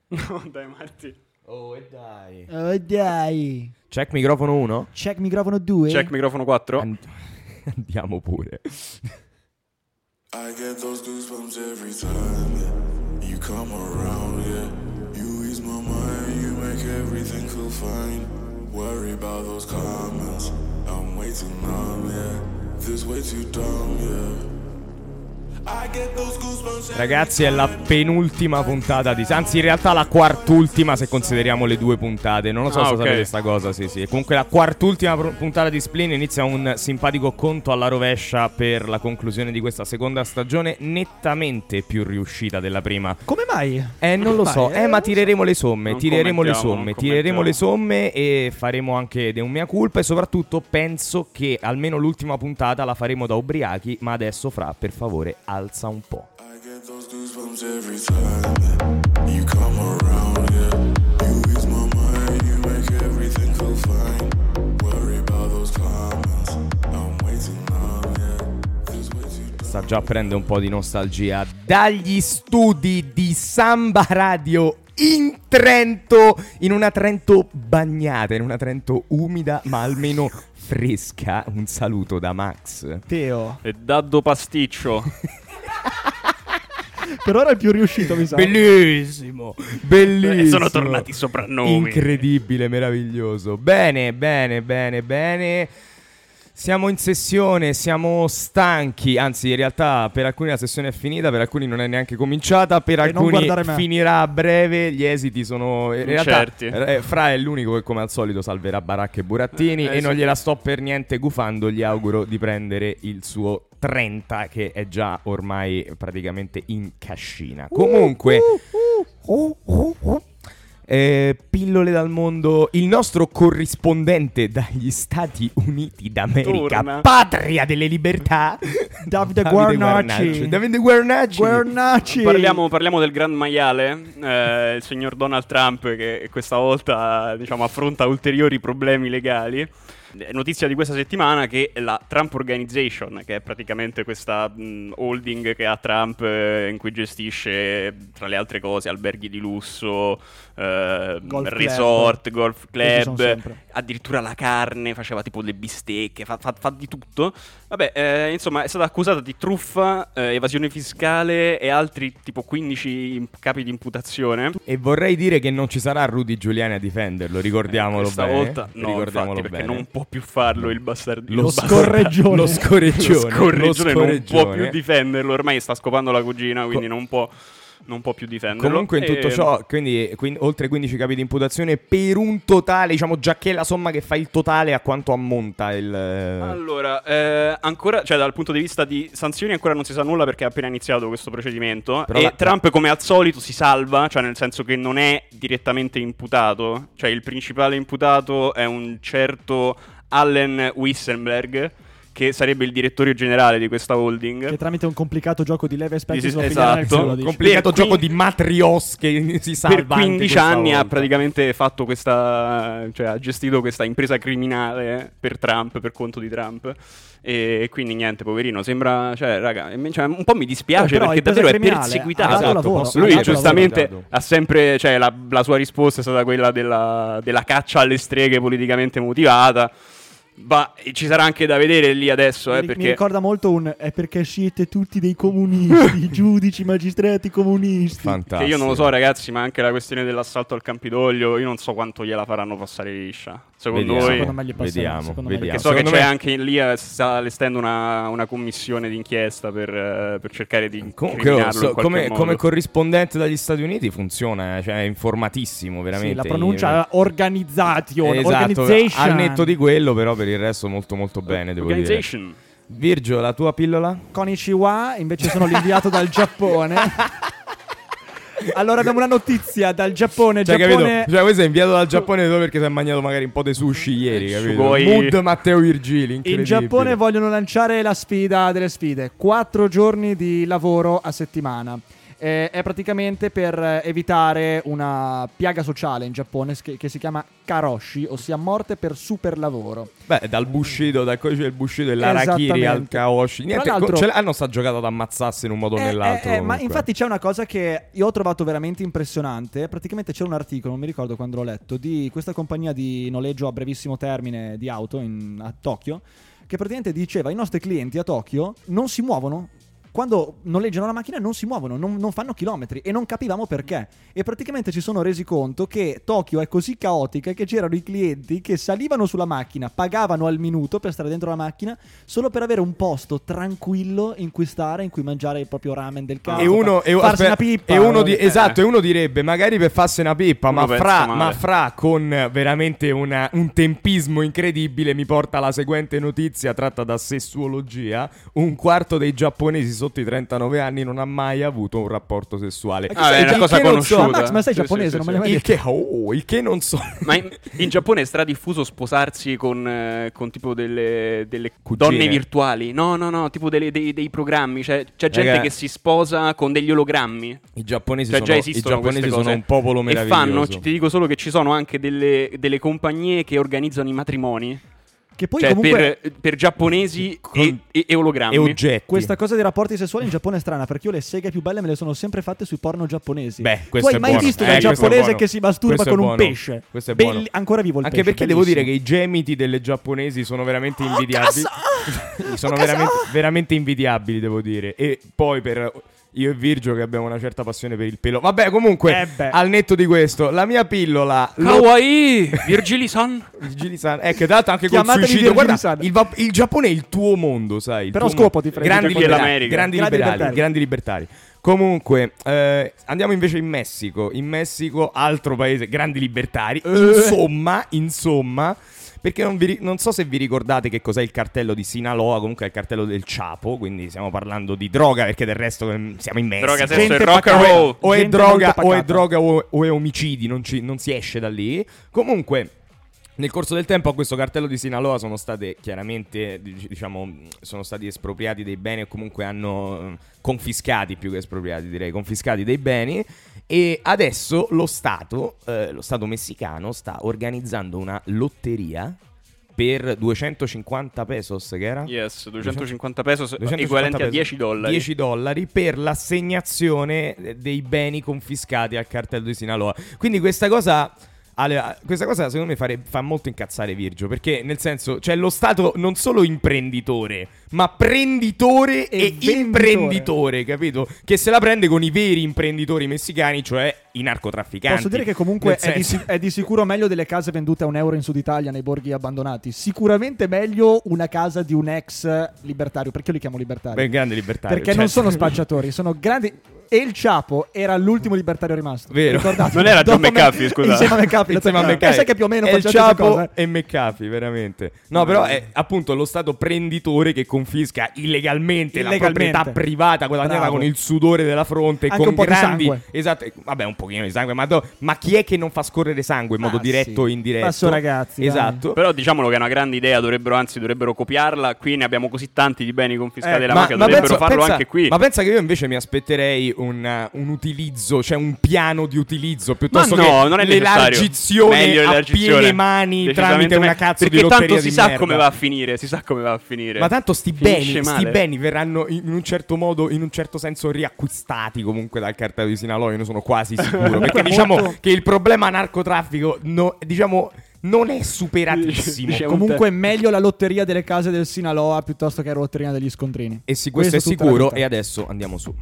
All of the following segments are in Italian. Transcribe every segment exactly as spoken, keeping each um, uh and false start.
No, dai Marti. Oh, e dai. Oh, dai. Check microfono uno. Check microfono due. Check microfono quattro. And- andiamo pure. I get those goosebumps every time yeah. You come around, yeah. You ease my mind, you make everything feel fine. Worry about those comments, I'm way too numb, yeah. This way too dumb, yeah. I get those goosebumps every Ragazzi, è la penultima puntata di... Anzi, in realtà la quartultima se consideriamo le due puntate. Non lo so Ah, se ok. sapete sta cosa, sì sì. Comunque la quartultima pr- puntata di Spleen inizia un simpatico conto alla rovescia per la conclusione di questa seconda stagione, nettamente più riuscita della prima. Come mai? Eh, non lo Come so, mai? eh, ma tireremo le somme, Non tireremo le commentiamo, somme, non tireremo le commentiamo. somme e faremo anche de un mea culpa e soprattutto penso che almeno l'ultima puntata la faremo da ubriachi, ma adesso Fra, per favore, alza un po'. I get those goosebumps every time yeah. You come around, yeah. You ease my mind, you make everything feel fine. Worry about those comments, I'm way too numb, yeah. This way too dumb. Sta già a prendere un po' di nostalgia dagli studi di Samba Radio in Trento, in una Trento bagnata, in una Trento umida ma almeno fresca. Un saluto da Max. Teo. E Daddo Pasticcio. Per ora è il più riuscito, mi sa. Bellissimo, bellissimo. E sono tornati i soprannomi. Incredibile, meraviglioso. Bene, bene, bene, bene. Siamo in sessione, siamo stanchi. Anzi, in realtà per alcuni la sessione è finita, per alcuni non è neanche cominciata, per E non alcuni guardare me. finirà a breve. Gli esiti sono in realtà Incerti. eh, Fra è l'unico che come al solito salverà Baracca e Burattini Eh, e non sì. gliela sto per niente gufando. Gli auguro di prendere il suo trenta che è già ormai praticamente in cascina. Comunque eh, pillole dal mondo. Il nostro corrispondente dagli Stati Uniti d'America, Torna. patria delle libertà, Davide Guarnacci. Davide Guarnacci. Guarnacci. Parliamo, parliamo del gran maiale, eh, il signor Donald Trump, che questa volta diciamo affronta ulteriori problemi legali. Eh, Notizia di questa settimana che la Trump Organization, che è praticamente questa mh, holding che ha Trump, eh, in cui gestisce tra le altre cose alberghi di lusso, eh, Golf resort, golf Questi sono club, sempre. addirittura la carne, faceva tipo le bistecche, fa, fa- fa di tutto. Vabbè, eh, insomma, è stata accusata di truffa, eh, evasione fiscale e altri tipo quindici imp- capi di imputazione. E vorrei dire che non ci sarà Rudy Giuliani a difenderlo, ricordiamolo Eh, questa bene. volta no, ricordiamolo infatti, perché bene. non può più farlo il bastardino. Lo Lo scorreggione. Lo scorreggione. Lo scorreggione non può scorreggione. più difenderlo, ormai sta scopando la cugina, quindi non può, non può più difenderlo. Comunque in tutto E- ciò, quindi, quindi oltre quindici capi di imputazione per un totale, diciamo già che la somma che fa il totale a quanto ammonta il... Allora, eh, ancora, cioè dal punto di vista di sanzioni ancora non si sa nulla perché è appena iniziato questo procedimento. Però e la- Trump come al solito si salva, cioè nel senso che non è direttamente imputato. Cioè il principale imputato è un certo Allen Weissenberg, che sarebbe il direttore generale di questa holding. Che tramite un complicato gioco di leve specchio Sì, sono esatto. nel cielo, dici. complicato Per gioco quin- di Matrios che si salva Per anche quindici questa anni ha volta. praticamente fatto questa, cioè ha gestito questa impresa criminale per Trump, per conto di Trump. E quindi niente, poverino, sembra, cioè raga, cioè, un po' mi dispiace Eh, però perché impresa davvero è criminale, perseguitato. ha dato Esatto, lavoro, posso- ha Lui dato giustamente lavoro. ha sempre, cioè la, la sua risposta è stata quella della, della caccia alle streghe politicamente motivata. Ma ci sarà anche da vedere lì adesso, eh, Mi- perché Mi ricorda molto un è perché siete tutti dei comunisti, giudici, magistrati comunisti. Fantastico. che io non lo so ragazzi, ma anche la questione dell'assalto al Campidoglio, io non so quanto gliela faranno passare liscia. Secondo Vediamo, voi? Secondo me gli passerà, vediamo, secondo me gli vediamo. Perché so che Secondo c'è me- anche lì, eh, sta allestendo una, una commissione d'inchiesta per, eh, per cercare di Comunque, incriminarlo so- in qualche come, modo. come corrispondente dagli Stati Uniti funziona, eh, cioè è informatissimo veramente. Sì, la pronuncia organizzation, Esatto, organization. al netto di quello, però per il resto molto molto bene, devo dire. Organization. Virgio, la tua pillola? Konichiwa, invece sono l'inviato dal Giappone. Allora abbiamo una notizia dal Giappone. Cioè, Giappone... capito? Cioè, questo è inviato dal Giappone solo perché si è mangiato magari un po' di sushi ieri, capito? Sugoi. Mood Matteo Virgili, In incredibile. Giappone vogliono lanciare la sfida delle sfide. Quattro giorni di lavoro a settimana. Eh, è praticamente per evitare una piaga sociale in Giappone che, che si chiama karoshi, ossia morte per super lavoro. Beh, dal Bushido, dal codice del Bushido e l'Arakiri al Kaoshi. Niente, l'altro, ce hanno sta giocata ad ammazzarsi in un modo o eh, nell'altro. Eh, eh, ma infatti c'è una cosa che io ho trovato veramente impressionante. Praticamente c'era un articolo, non mi ricordo quando l'ho letto, di questa compagnia di noleggio a brevissimo termine di auto in, a Tokyo, che praticamente diceva: i nostri clienti a Tokyo non si muovono. Quando noleggiano la macchina non si muovono, non, non fanno chilometri, e non capivamo perché. E praticamente ci sono resi conto che Tokyo è così caotica che c'erano i clienti che salivano sulla macchina, pagavano al minuto per stare dentro la macchina, solo per avere un posto tranquillo in cui stare, in cui mangiare il proprio ramen del caso, e uno, fa- e, farsi aspetta, una pippa. E uno di, eh. esatto, e uno direbbe magari per farsi una pippa, Uno ma pensa fra, male. ma fra con veramente una, un tempismo incredibile mi porta alla seguente notizia tratta da Sessuologia. Un quarto dei giapponesi sotto i trentanove anni non ha mai avuto un rapporto sessuale. Ah, è Il una cosa che non so- conosciuta. Max, ma sei Sì, giapponese, sì, non sì, me l'hai mai il detto. che, oh, il che non so. Ma in, in Giappone è stradiffuso sposarsi con, eh, con tipo delle, delle Cugine. donne virtuali. No, no, no, tipo delle- dei, dei programmi. Cioè, c'è gente Raga, che si sposa con degli ologrammi. I giapponesi Cioè, sono, già i esistono giapponesi queste sono cose. un popolo E meraviglioso. fanno, ti dico solo che ci sono anche delle, delle compagnie che organizzano i matrimoni. Che poi Cioè, comunque per, per giapponesi Con- e, e- e ologrammi. e oggetti. questa cosa dei rapporti sessuali in Giappone è strana, perché io le seghe più belle me le sono sempre fatte sui porno giapponesi. Beh, Tu questo hai è mai buono. visto Eh, una questo è giapponese buono. che si masturba Questo è con un buono. pesce? Questo è Belli- buono. ancora vivo il Anche pesce, perché devo dire bellissimo. che i gemiti delle giapponesi sono veramente Oh, invidiabili. casa! sono Oh, casa! veramente, veramente invidiabili, devo dire. E poi per io e Virgio che abbiamo una certa passione per il pelo. Vabbè, comunque, Eh beh. al netto di questo, la mia pillola lo- Kawaii! Virgili-san! Virgili-san. Eh, che tra l'altro anche col Chiamateli suicidio. Guarda, Virgili-san. il, va- il Giappone è il tuo mondo, sai. il Però tuo scopo mondo. ti frega. Grandi Qui è liberali, l'America. grandi Grandi liberali, libertari. grandi libertari. Comunque, eh, andiamo invece in Messico. In Messico, altro paese, grandi libertari. Insomma, insomma, perché non, vi ri- non so se vi ricordate che cos'è il cartello di Sinaloa. Comunque è il cartello del Chapo. Quindi stiamo parlando di droga, perché del resto eh, siamo in Messico. Droga, sesso Gente e rock and pacata. roll. O è Gente droga, molto o è pacata. droga o, o è omicidi, non, ci- non si esce da lì. Comunque, nel corso del tempo a questo cartello di Sinaloa sono state chiaramente, dic- diciamo, sono stati espropriati dei beni, o comunque hanno eh, confiscati, più che espropriati direi, confiscati dei beni. E adesso lo Stato, eh, lo Stato messicano sta organizzando una lotteria per duecentocinquanta pesos, che era? Yes, duecentocinquanta pesos, duecentocinquanta equivalenti a pesos. dieci dollari. dieci dollari per l'assegnazione dei beni confiscati al cartello di Sinaloa. Quindi questa cosa, Ale, questa cosa secondo me fare- fa molto incazzare Virgio, perché nel senso, cioè lo Stato non solo imprenditore, ma prenditore e, E venditore. imprenditore, capito? Che se la prende con i veri imprenditori messicani, cioè i narcotrafficanti. Posso dire che comunque Nel è di, senso- si- è di sicuro meglio delle case vendute a un euro in Sud Italia nei borghi abbandonati. Sicuramente meglio una casa di un ex libertario, perché io li chiamo libertari. Beh, grande libertario. Perché cioè- non sono spacciatori, sono grandi. E il Chapo era l'ultimo libertario rimasto. Vero. Ricordate? Non era John Dopo me- McAfee, scusa. Insieme a McAfee. Insieme a Eh, McAfee. sai che più o meno è il faccio la stessa Chapo cosa. e McAfee, veramente. No, però è appunto lo Stato prenditore che confisca illegalmente, la Illegalmente. proprietà privata guadagnata Bravo. con il sudore della fronte, Anche con un po' di grandi sangue. esatto, vabbè, un pochino di sangue, ma, do- ma chi è che non fa scorrere sangue in modo Ah, diretto o sì. indiretto? Passo, ragazzi, dai. Esatto. Però diciamolo che è una grande idea, dovrebbero anzi dovrebbero copiarla. Qui ne abbiamo così tanti di beni confiscati Eh, della ma, mafia, ma dovrebbero pensa, farlo pensa- anche qui. Ma pensa che io invece mi aspetterei un, un utilizzo, cioè un piano di utilizzo piuttosto Ma no, che non è necessario. l'elargizione Meglio a l'elargizione. piene mani Decisamente tramite una me- cazzo di perché lotteria tanto di si sa merda. come va a finire, si sa come va a finire. Ma tanto sti Finisce beni, sti male. beni verranno in un certo modo, in un certo senso riacquistati comunque dal cartello di Sinaloa, io ne sono quasi sicuro. Perché diciamo Molto- che il problema narcotraffico no, diciamo non è superatissimo. Diciamo- Comunque è meglio la lotteria delle case del Sinaloa piuttosto che la lotteria degli scontrini. E sì, questo, Questo è tutta la sicuro. verità. E adesso andiamo su.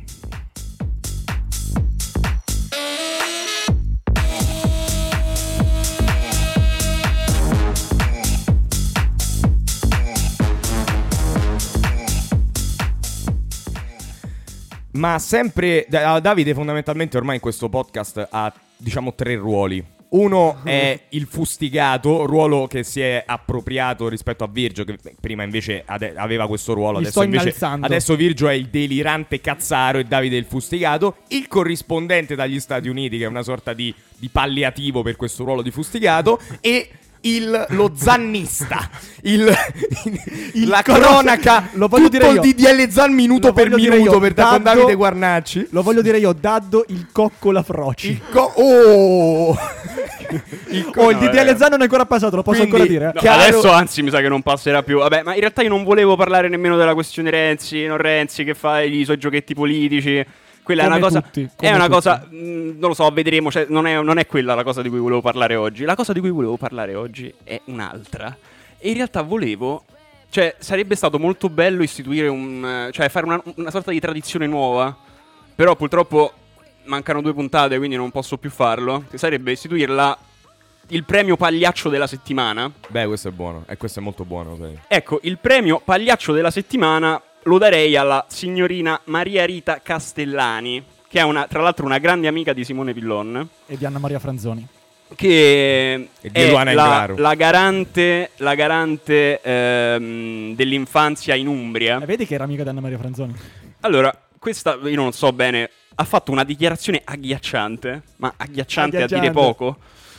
Ma sempre Da- Davide fondamentalmente ormai in questo podcast ha diciamo tre ruoli. Uno è il fustigato, ruolo che si è appropriato rispetto a Virgio, che prima invece ade- aveva questo ruolo. Mi Adesso sto invece innalzando. adesso Virgio è il delirante cazzaro e Davide è il fustigato. Il corrispondente dagli Stati Uniti, che è una sorta di, di palliativo per questo ruolo di fustigato. E il, lo zannista, il, Il la conosce- cronaca, lo voglio tutto dire io. il D D L Zan minuto Lo per voglio dire minuto io, per da con Daddo- Davide Guarnacci. Lo voglio dire io, Daddo il coccola froci. Il co- oh! Il oh, il D D L vabbè. Zan non è ancora passato, lo posso Quindi- ancora dire? No, Chiaro- adesso anzi mi sa che non passerà più. Vabbè, ma in realtà io non volevo parlare nemmeno della questione Renzi, non Renzi che fa i suoi giochetti politici. Quella è Come una cosa tutti, è come una tutti. cosa mh, non lo so, vedremo, cioè, non, è, non è quella la cosa di cui volevo parlare oggi. La cosa di cui volevo parlare oggi è un'altra. E in realtà volevo, cioè sarebbe stato molto bello istituire un cioè fare una, una sorta di tradizione nuova. Però purtroppo mancano due puntate, quindi non posso più farlo. Che sarebbe istituirla il premio pagliaccio della settimana. Beh, questo è buono, e questo è molto buono, sai. Ecco, il premio pagliaccio della settimana lo darei alla signorina Maria Rita Castellani, che è una, tra l'altro una grande amica di Simone Pillon, E di Anna Maria Franzoni. che E di è Luana la, Englaro. la garante, la garante ehm, dell'infanzia in Umbria. E vedi che era amica di Anna Maria Franzoni? Allora, questa io non so bene, ha fatto una dichiarazione agghiacciante, ma agghiacciante, a dire Agghiacciante. poco.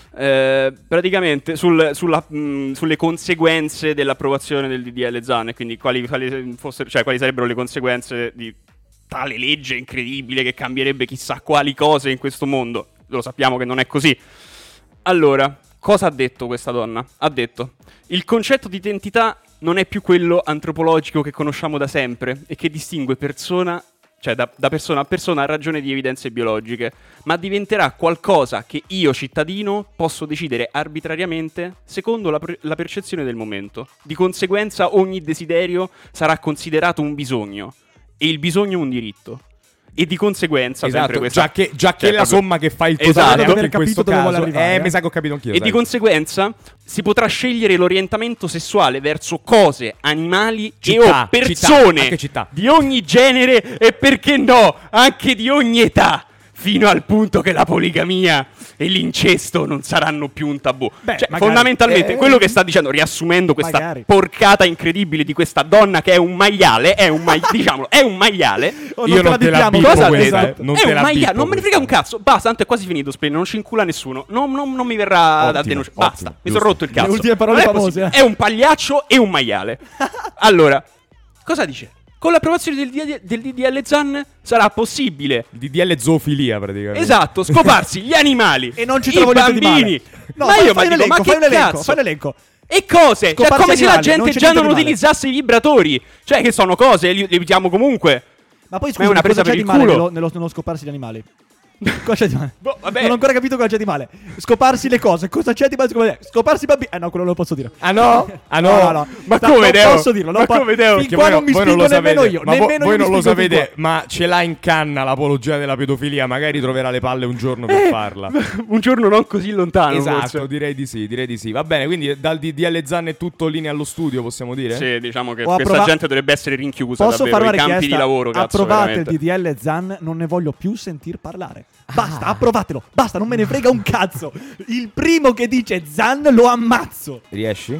Eh, praticamente sul- sulla, mh, sulle conseguenze dell'approvazione del D D L Zan, e quindi quali, quali, fossero, cioè, quali sarebbero le conseguenze di tale legge incredibile che cambierebbe chissà quali cose in questo mondo. Lo sappiamo che non è così. Allora, cosa ha detto questa donna? Ha detto: il concetto di identità non è più quello antropologico che conosciamo da sempre e che distingue persona, cioè da, da persona a persona a ragione di evidenze biologiche, ma diventerà qualcosa che io, cittadino, posso decidere arbitrariamente secondo la, pre- la percezione del momento. Di conseguenza ogni desiderio sarà considerato un bisogno e il bisogno un diritto. E di conseguenza sempre Esatto, questa, già che, già che cioè, la proprio- somma che fa il Esatto. totale Devo anche aver in questo capito dove vuole caso, arrivare, eh, eh. mi sa che ho capito anch'io. E sai. di conseguenza si potrà scegliere l'orientamento sessuale verso cose, animali Città, e o persone città, anche città. di ogni genere e perché no, anche di ogni età, fino al punto che la poligamia e l'incesto non saranno più un tabù. Beh, Cioè, magari. fondamentalmente Eh, quello che sta dicendo, riassumendo questa magari. porcata incredibile di questa donna che è un maiale, è un mai- diciamolo, è un maiale. O Io non te la diciamo, bippo Cosa ha questa, detto? eh, non è te un la maiale, bippo non me ne frega un cazzo. Basta, tanto è quasi finito Splin, non ci incula nessuno. Non, non- non mi verrà Ottimo, da denunciare. ottimo, Basta, mi giusto. sono rotto il cazzo. Le ultime parole Non è famose, possibile. eh. È un pagliaccio e un maiale. Allora, cosa dice? Con l'approvazione del, D D del D D L Zan sarà possibile, Il D D L zoofilia praticamente. esatto, scoparsi gli animali E non ci i trovo niente di bambini. male. No, ma fai- io fai ma un dico, elenco, ma fai che un elenco, cazzo? fai un elenco. E cose, cioè Scoparsi come se la animali, non gente c'è già niente non di male. utilizzasse i vibratori. Cioè che sono cose, li, li usiamo comunque. Ma poi Ma è scusa, una presa cosa c'è per di il male culo. nello, nello, nello scoparsi gli animali? Cosa c'è di male? Boh, vabbè. Non ho ancora capito cosa c'è di male. Scoparsi le cose, cosa c'è di male? Scopare- Scoparsi i bambini. Eh no, quello non lo posso dire. Ah no? Ah no? No, no. Ma No, come, non Deo? posso dirlo. non Ma po- come, Deo? Fin Perché qua voi, non mi voi spingo non lo nemmeno sapete, io. ma vo- nemmeno voi io non mi lo spingo fin sapete, qua. ma ce l'ha in canna l'apologia della pedofilia. Magari troverà le palle un giorno per farla. Un giorno non così lontano. Esatto, forse. direi di sì, direi di sì. Va bene, quindi dal D D L Zan è tutto linea allo studio, possiamo dire? Sì, diciamo che Ho questa approva- gente dovrebbe essere rinchiusa Posso davvero, fare una i campi richiesta? di lavoro, cazzo, Approvate veramente. il D D L Zan, non ne voglio più sentir parlare. Basta, approvatelo. Basta, non me ne frega un cazzo. Il primo che dice Zan lo ammazzo. Riesci?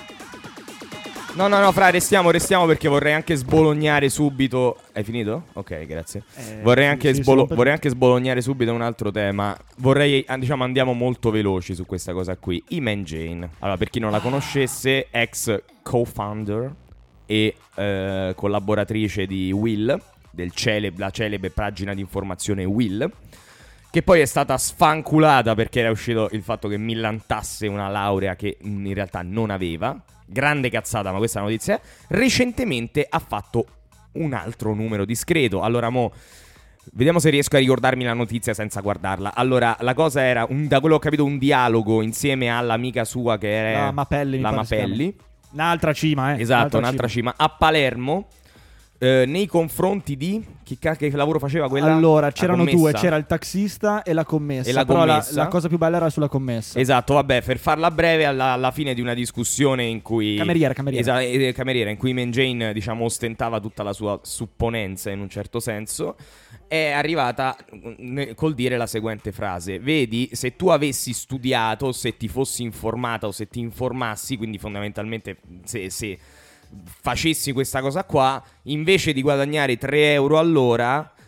No, no, no, fra, restiamo, restiamo perché vorrei anche sbolognare subito. Hai finito? Ok, grazie. Eh, vorrei, anche sì, sbolo- sì, non vorrei anche sbolognare subito un altro tema. Vorrei, ah, diciamo, andiamo molto veloci su questa cosa qui. Iman Jane. Allora, per chi non la conoscesse, ex co-founder e eh, collaboratrice di Will, del celeb- la celebre pagina di informazione Will, che poi è stata sfanculata perché era uscito il fatto che millantasse una laurea che in realtà non aveva. Grande cazzata, ma questa notizia è. Recentemente ha fatto un altro numero discreto. Allora, mo, vediamo se riesco a ricordarmi la notizia senza guardarla. Allora, la cosa era, un, da quello che ho capito, un dialogo insieme all'amica sua che era La Mapelli, mi la pare si Mapelli. Un'altra cima, eh. Esatto, un'altra cima. A Palermo, eh, nei confronti di... Chi ca- che lavoro faceva quella? Allora, La c'erano commessa? due, c'era il taxista e la commessa. E la però commessa. La, la cosa più bella era sulla commessa. Esatto, vabbè, per farla breve, alla, alla fine di una discussione in cui... Cameriera, cameriera. Esa- eh, cameriera, in cui Iman Jane, diciamo, ostentava tutta la sua supponenza in un certo senso, è arrivata mm, col dire la seguente frase: vedi, se tu avessi studiato, se ti fossi informata o se ti informassi, quindi fondamentalmente se... se facessi questa cosa qua, invece di guadagnare tre euro all'ora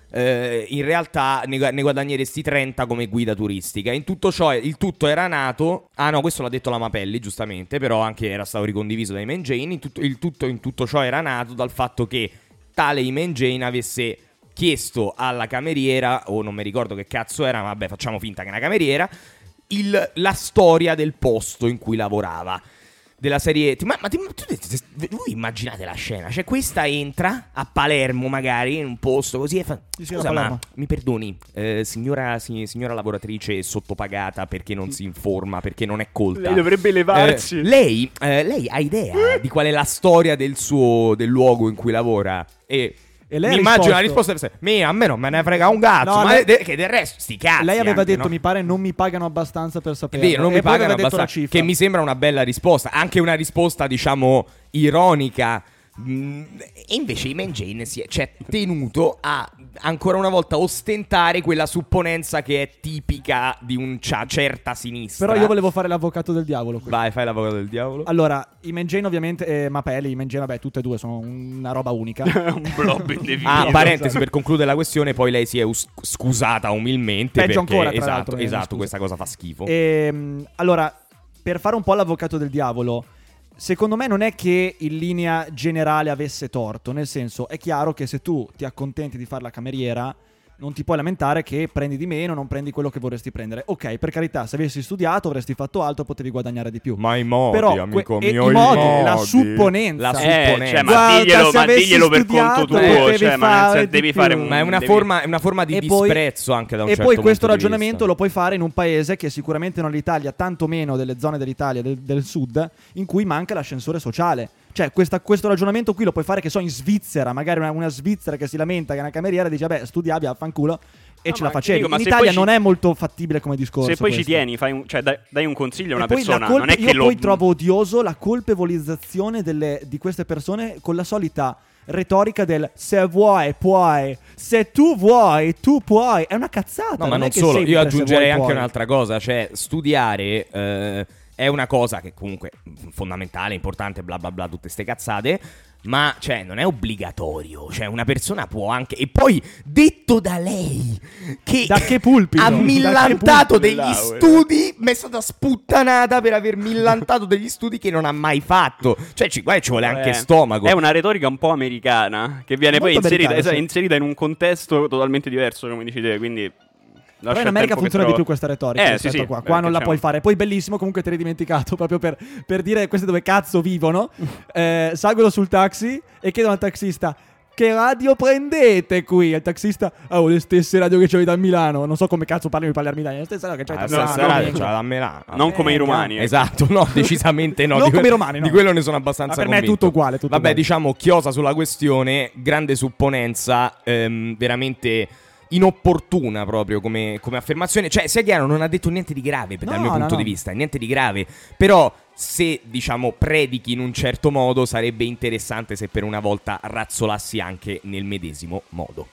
eh, in realtà ne, ne guadagneresti trenta come guida turistica. In tutto ciò, il tutto era nato. Ah no, questo l'ha detto la Mapelli, giustamente, però anche era stato ricondiviso dai Iman Jane. In tutto, il tutto, in tutto ciò era nato dal fatto che tale Iman Jane avesse chiesto alla cameriera, o non mi ricordo che cazzo era, ma vabbè, facciamo finta che è una cameriera, il, la storia del posto in cui lavorava. Della serie, ma, ma, ma tu, voi immaginate la scena, cioè questa entra a Palermo magari in un posto così e fa: scusa, ma mi perdoni, eh, signora, si, signora lavoratrice sottopagata perché non si informa, perché non è colta, lei dovrebbe levarsi. eh, lei, eh, lei ha idea di qual è la storia del suo, del luogo in cui lavora? E E lei mi ha immagino la risposto- risposta deve essere: a me non me ne frega un cazzo, No, ma lei- de- che del resto sti cazzi. Lei aveva anche, detto, no? mi pare, non mi pagano abbastanza per È sapere. vero, non mi e poi pagano aveva detto la abbastanza, cifra. che mi sembra una bella risposta, anche una risposta diciamo ironica. Mm, e invece Iman Jane si è, cioè, tenuto a ancora una volta ostentare quella supponenza che è tipica di un cia- certa sinistra. Però io volevo fare l'avvocato del diavolo qui. Vai, fai l'avvocato del diavolo. Allora, Iman Jane ovviamente e Mapelli, Iman Jane, vabbè, tutte e due sono una roba unica. Un blob indefinito. Ah, parentesi, per concludere la questione, poi lei si è us- scusata umilmente. Peggio perché, ancora, tra esatto, l'altro, mi esatto, scusa. questa cosa fa schifo. Ehm, allora, per fare un po' l'avvocato del diavolo, secondo me non è che in linea generale avesse torto, nel senso, è chiaro che se tu ti accontenti di fare la cameriera non ti puoi lamentare che prendi di meno, non prendi quello che vorresti prendere. Ok, per carità, se avessi studiato, avresti fatto altro, potevi guadagnare di più. Ma i modi, Però amico que- e mio, i i modi, modi. la supponenza. La Eh, supponenza. cioè, ma Guarda, diglielo, se ma avessi diglielo per studiato, conto tuo, potevi cioè, ma nel fare senso, di devi più. fare un Ma è una, devi- forma, è una forma di E poi- disprezzo anche da un E certo poi questo punto di ragionamento vista. lo puoi fare in un paese che sicuramente non è l'Italia, tanto meno delle zone dell'Italia, del, del sud, in cui manca l'ascensore sociale. Cioè, questa- questo ragionamento qui lo puoi fare, che so, in Svizzera, magari una, una svizzera che si lamenta che è una cameriera e dice, vabbè, studiavi, affanculo, e No, ce ma la facevi. dico, ma in se Italia poi ci- non è molto fattibile come discorso. Se poi questo. ci tieni, fai un- cioè, dai, dai un consiglio a una E poi la persona, colpe- non è che io lo poi trovo odioso la colpevolizzazione delle- di queste persone con la solita retorica del se vuoi puoi, se tu vuoi tu puoi. È una cazzata. No, ma è non che solo, sempre io se aggiungerei vuoi, anche puoi. un'altra cosa, cioè studiare eh, è una cosa che comunque fondamentale, importante, bla bla bla, tutte ste cazzate, ma cioè non è obbligatorio, cioè una persona può anche, e poi detto da lei che, Da che pulpito? ha Da che millantato pulpito? degli Laurea. studi, mi è stata sputtanata per aver millantato degli studi che non ha mai fatto, cioè ci, guarda, ci vuole anche Eh, stomaco. È una retorica un po' americana che viene poi Molto inserita, americana, esatto, sì. inserita in un contesto totalmente diverso, come dici te, quindi Però lascia in il America tempo che funziona di trova. più questa retorica Eh, rispetto sì, sì, a qua. perché Qua non la c'è puoi un- fare. Poi bellissimo, comunque te l'hai dimenticato proprio per, per dire queste dove cazzo vivono. Eh, salgono sul taxi e chiedono al taxista: che radio prendete qui? E il taxista: oh, le stesse radio che c'avete a Milano. Non so come cazzo parli di parlare a Milano. Le stesse radio che c'avete Ah, a no, Milano. sta No, radio, cioè, da Milano. Non come i Eh, romani. eh. Esatto, no, decisamente no. Non Di que- come i romani, no. Di quello ne sono abbastanza Ma per me è convinto. tutto uguale, tutto Vabbè, uguale. diciamo, chiosa sulla questione, grande supponenza, ehm, veramente inopportuna proprio come, come affermazione. Cioè, sia chiaro, non ha detto niente di grave dal No, mio no, punto no. di vista, niente di grave. Però, se, diciamo, predichi in un certo modo, sarebbe interessante se per una volta razzolassi anche nel medesimo modo.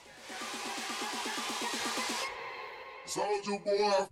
Soldier boy.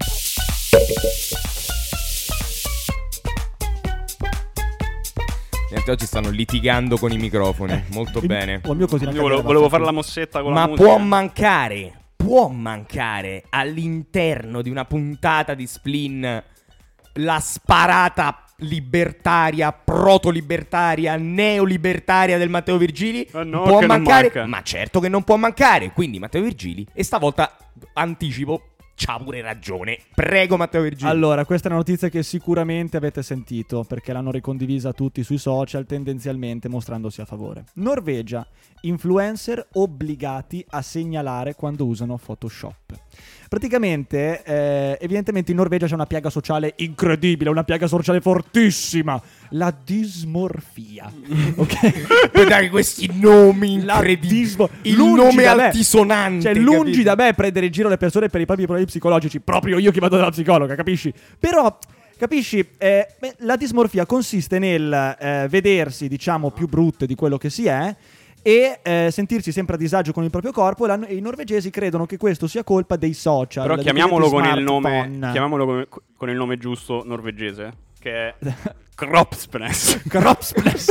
Niente, oggi stanno litigando con i microfoni. Molto Il- bene. o il mio così Io volevo, volevo fare la mossetta con Ma la musica. può mancare, può mancare all'interno di una puntata di Splin la sparata libertaria, proto-libertaria, neolibertaria del Matteo Virgili? Ah, no, può che non mancare? manca. Ma certo che non può mancare. Quindi Matteo Virgili, e stavolta anticipo, c'ha pure ragione. Prego Matteo Virgili. Allora, questa è una notizia che sicuramente avete sentito, perché l'hanno ricondivisa tutti sui social, tendenzialmente mostrandosi a favore. Norvegia, influencer obbligati a segnalare quando usano Photoshop. Praticamente, eh, evidentemente in Norvegia c'è una piaga sociale incredibile, una piaga sociale fortissima, la dismorfia. Ok? Per dare questi nomi La incredibili. dismo- Il lungi nome da me- altisonante. Cioè, lungi capito? da me prendere in giro le persone per i propri problemi psicologici. Proprio io che vado dalla psicologa, capisci? Però, capisci, eh, beh, la dismorfia consiste nel eh, vedersi, diciamo, più brutte di quello che si è e eh, sentirsi sempre a disagio con il proprio corpo. E, la- e i norvegesi credono che questo sia colpa dei social. Però dei chiamiamolo con il smartphone. nome chiamiamolo come- con il nome giusto norvegese, che è Kropspress. Kropspress.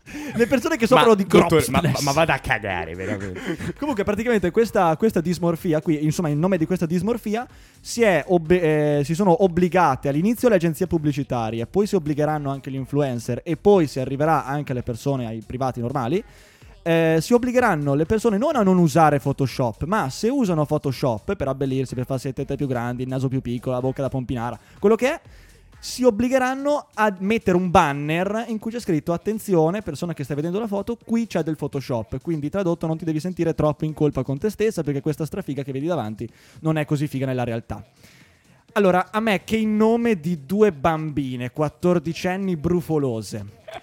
Le persone che soffrono ma, di dottore, crop ma, splash. ma vada a cagare, veramente. Comunque praticamente questa, questa dismorfia qui, insomma in nome di questa dismorfia si, è ob- eh, si sono obbligate all'inizio le agenzie pubblicitarie, poi si obbligheranno anche gli influencer e poi si arriverà anche alle persone, ai privati normali. Eh, si obbligheranno le persone non a non usare Photoshop, ma se usano Photoshop per abbellirsi, per farsi le tette più grandi, il naso più piccolo, la bocca da pompinara, quello che è, si obbligheranno a mettere un banner in cui c'è scritto: attenzione, persona che stai vedendo la foto, qui c'è del Photoshop. Quindi tradotto, non ti devi sentire troppo in colpa con te stessa, perché questa strafiga che vedi davanti non è così figa nella realtà. Allora, a me che in nome di due bambine quattordicenni brufolose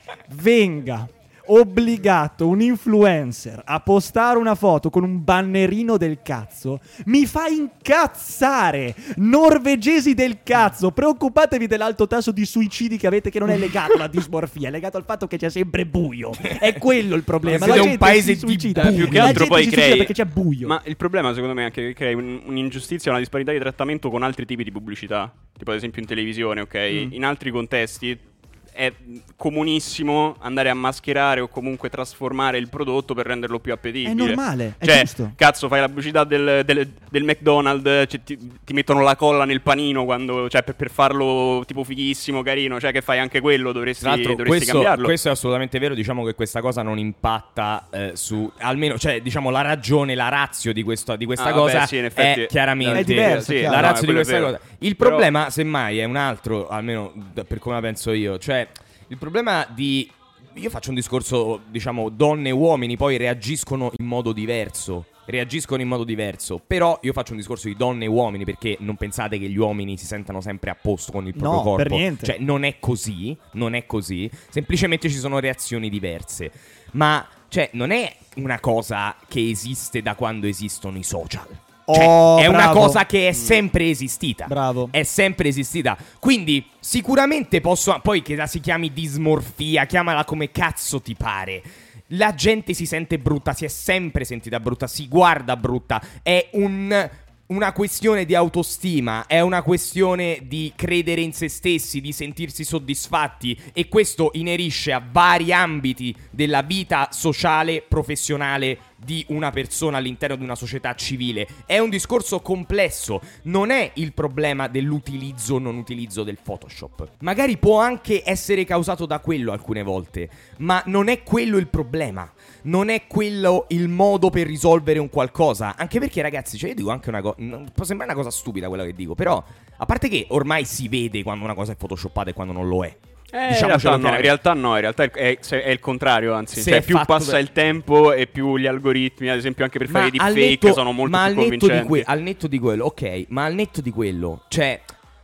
venga obbligato un influencer a postare una foto con un bannerino del cazzo, mi fa incazzare. Norvegesi del cazzo, preoccupatevi dell'alto tasso di suicidi che avete, che non è legato alla dismorfia, è legato al fatto che c'è sempre buio. È quello il problema. Ma La siete gente un paese si di suicida buio. Più che La altro gente poi si suicida crei- perché c'è buio. Ma il problema secondo me è anche che crei un- un'ingiustizia, una disparità di trattamento con altri tipi di pubblicità, tipo ad esempio in televisione, ok? Mm. In altri contesti è comunissimo andare a mascherare o comunque trasformare il prodotto per renderlo più appetibile. È normale, è cioè, giusto. cazzo, fai la pubblicità del, del, del McDonald's, cioè, ti, ti mettono la colla nel panino quando, cioè, per, per farlo tipo fighissimo, carino, cioè che fai anche quello, dovresti, Tra l'altro, dovresti questo, cambiarlo. questo è assolutamente vero. Diciamo che questa cosa non impatta eh, su, almeno, cioè, diciamo, la ragione, la ratio di, questo, di questa Ah, cosa vabbè, sì, in effetti è chiaramente è diversa, sì, chiaro. la no, razza di quello è questa vero. cosa. Il Però- problema, semmai, è un altro, almeno d- per come la penso io. Cioè, il problema di... Io faccio un discorso, diciamo, donne e uomini poi reagiscono in modo diverso. Reagiscono in modo diverso. Però io faccio un discorso di donne e uomini, perché non pensate che gli uomini si sentano sempre a posto con il proprio No, corpo. per niente. Cioè, non è così. Non è così. Semplicemente ci sono reazioni diverse. Ma, cioè, non è una cosa che esiste da quando esistono i social. Cioè, Oh, è una bravo. cosa che è sempre esistita. Bravo. È sempre esistita. Quindi sicuramente posso... Poi che la si chiami dismorfia, chiamala come cazzo ti pare. La gente si sente brutta, si è sempre sentita brutta, si guarda brutta. È un... una questione di autostima, è una questione di credere in se stessi, di sentirsi soddisfatti, e questo inerisce a vari ambiti della vita sociale, professionale di una persona all'interno di una società civile. È un discorso complesso, non è il problema dell'utilizzo o non utilizzo del Photoshop. Magari può anche essere causato da quello alcune volte, ma non è quello il problema. Non è quello il modo per risolvere un qualcosa. Anche perché, ragazzi, cioè io dico anche una cosa, può sembrare una cosa stupida quella che dico, però a parte che ormai si vede quando una cosa è photoshoppata e quando non lo è. Eh, Diciamocelo in, realtà no, in chiaramente. realtà no, in realtà è, è- se- è il contrario, anzi, Se cioè è più fatto passa per- il tempo e più gli algoritmi, ad esempio anche per fare i al deepfake, netto- sono molto ma più al netto di convincenti. que- al netto di quello, ok, ma al netto di quello, cioè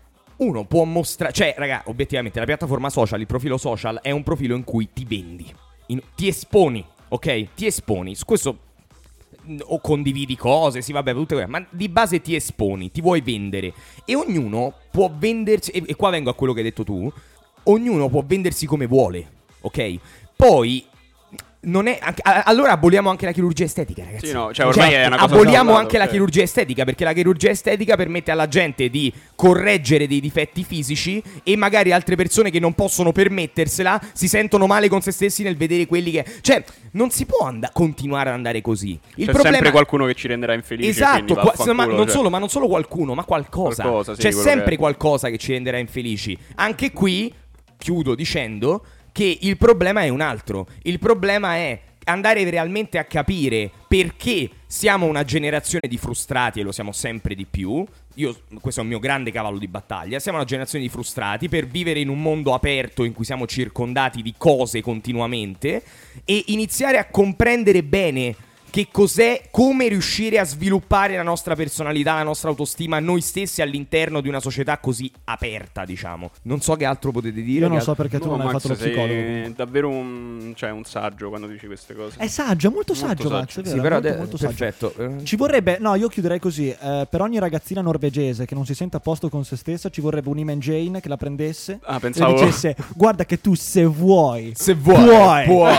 uno può mostrare, cioè raga, obiettivamente la piattaforma social, il profilo social è un profilo in cui ti vendi, in- ti esponi, ok? Ti esponi, su questo mh, o condividi cose, sì vabbè, tutte quelle, ma di base ti esponi, ti vuoi vendere, e ognuno può vendersi, e, e qua vengo a quello che hai detto tu, ognuno può vendersi come vuole, ok? Poi non è anche- a- allora aboliamo anche la chirurgia estetica, ragazzi. Sì, no, cioè ormai è una cosa aboliamo scontata, anche la cioè. chirurgia estetica, perché la chirurgia estetica permette alla gente di correggere dei difetti fisici, e magari altre persone che non possono permettersela si sentono male con se stessi nel vedere quelli che... Cioè, non si può and- continuare ad andare così. Il C'è problema sempre qualcuno che ci renderà infelici. Esatto, quindi qua- vaffanculo, ma, non cioè. solo, ma non solo qualcuno, ma qualcosa. Qualcosa, sì, C'è quello sempre che è. qualcosa che ci renderà infelici. Anche qui, chiudo dicendo che il problema è un altro. Il problema è andare realmente a capire perché siamo una generazione di frustrati, e lo siamo sempre di più. Io, questo è un mio grande cavallo di battaglia. Siamo una generazione di frustrati per vivere in un mondo aperto in cui siamo circondati di cose continuamente, e iniziare a comprendere bene che cos'è, come riuscire a sviluppare la nostra personalità, la nostra autostima, noi stessi all'interno di una società così aperta, diciamo. Non so che altro potete dire. Io non che so altro- perché tu No, non hai Max, fatto lo sei psicologo. davvero un, cioè, un saggio quando dici queste cose. È saggio, molto saggio, saggio. Max, è vero, Sì, però molto, de- molto saggio. perfetto. Eh, Ci vorrebbe, no, io chiuderei così, eh, per ogni ragazzina norvegese che non si sente a posto con se stessa ci vorrebbe un'Iman Jane che la prendesse Ah, e pensavo- le dicesse: guarda che tu se vuoi, Se vuoi, puoi. puoi,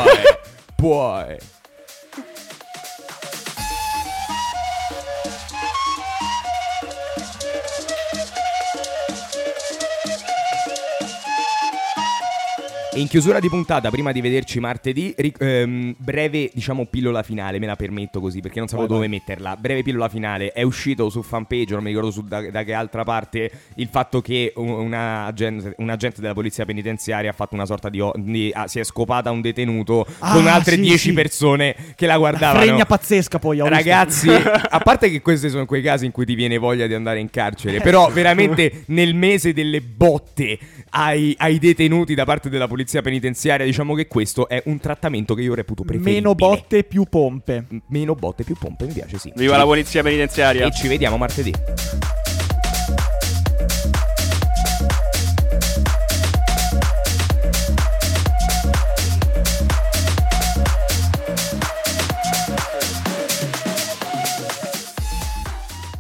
puoi. E in chiusura di puntata, prima di vederci martedì, ric- ehm, breve, diciamo, pillola finale, me la permetto così perché non sapevo Vai, dove vai. metterla. Breve pillola finale, è uscito su fanpage, non mi ricordo su da, da che altra parte, il fatto che un, una agente, un agente della polizia penitenziaria ha fatto una sorta di... o- di ah, si è scopata un detenuto Ah, con altre sì, dieci sì. persone che la Una guardavano. fregna pazzesca poi, ho visto. Ragazzi, a parte che questi sono quei casi in cui ti viene voglia di andare in carcere, però veramente nel mese delle botte ai, ai detenuti da parte della polizia penitenziaria, diciamo che questo è un trattamento che io reputo preferibile. Meno botte, più pompe. M- Meno botte, più pompe, mi piace, sì. Viva la polizia penitenziaria. E ci vediamo martedì.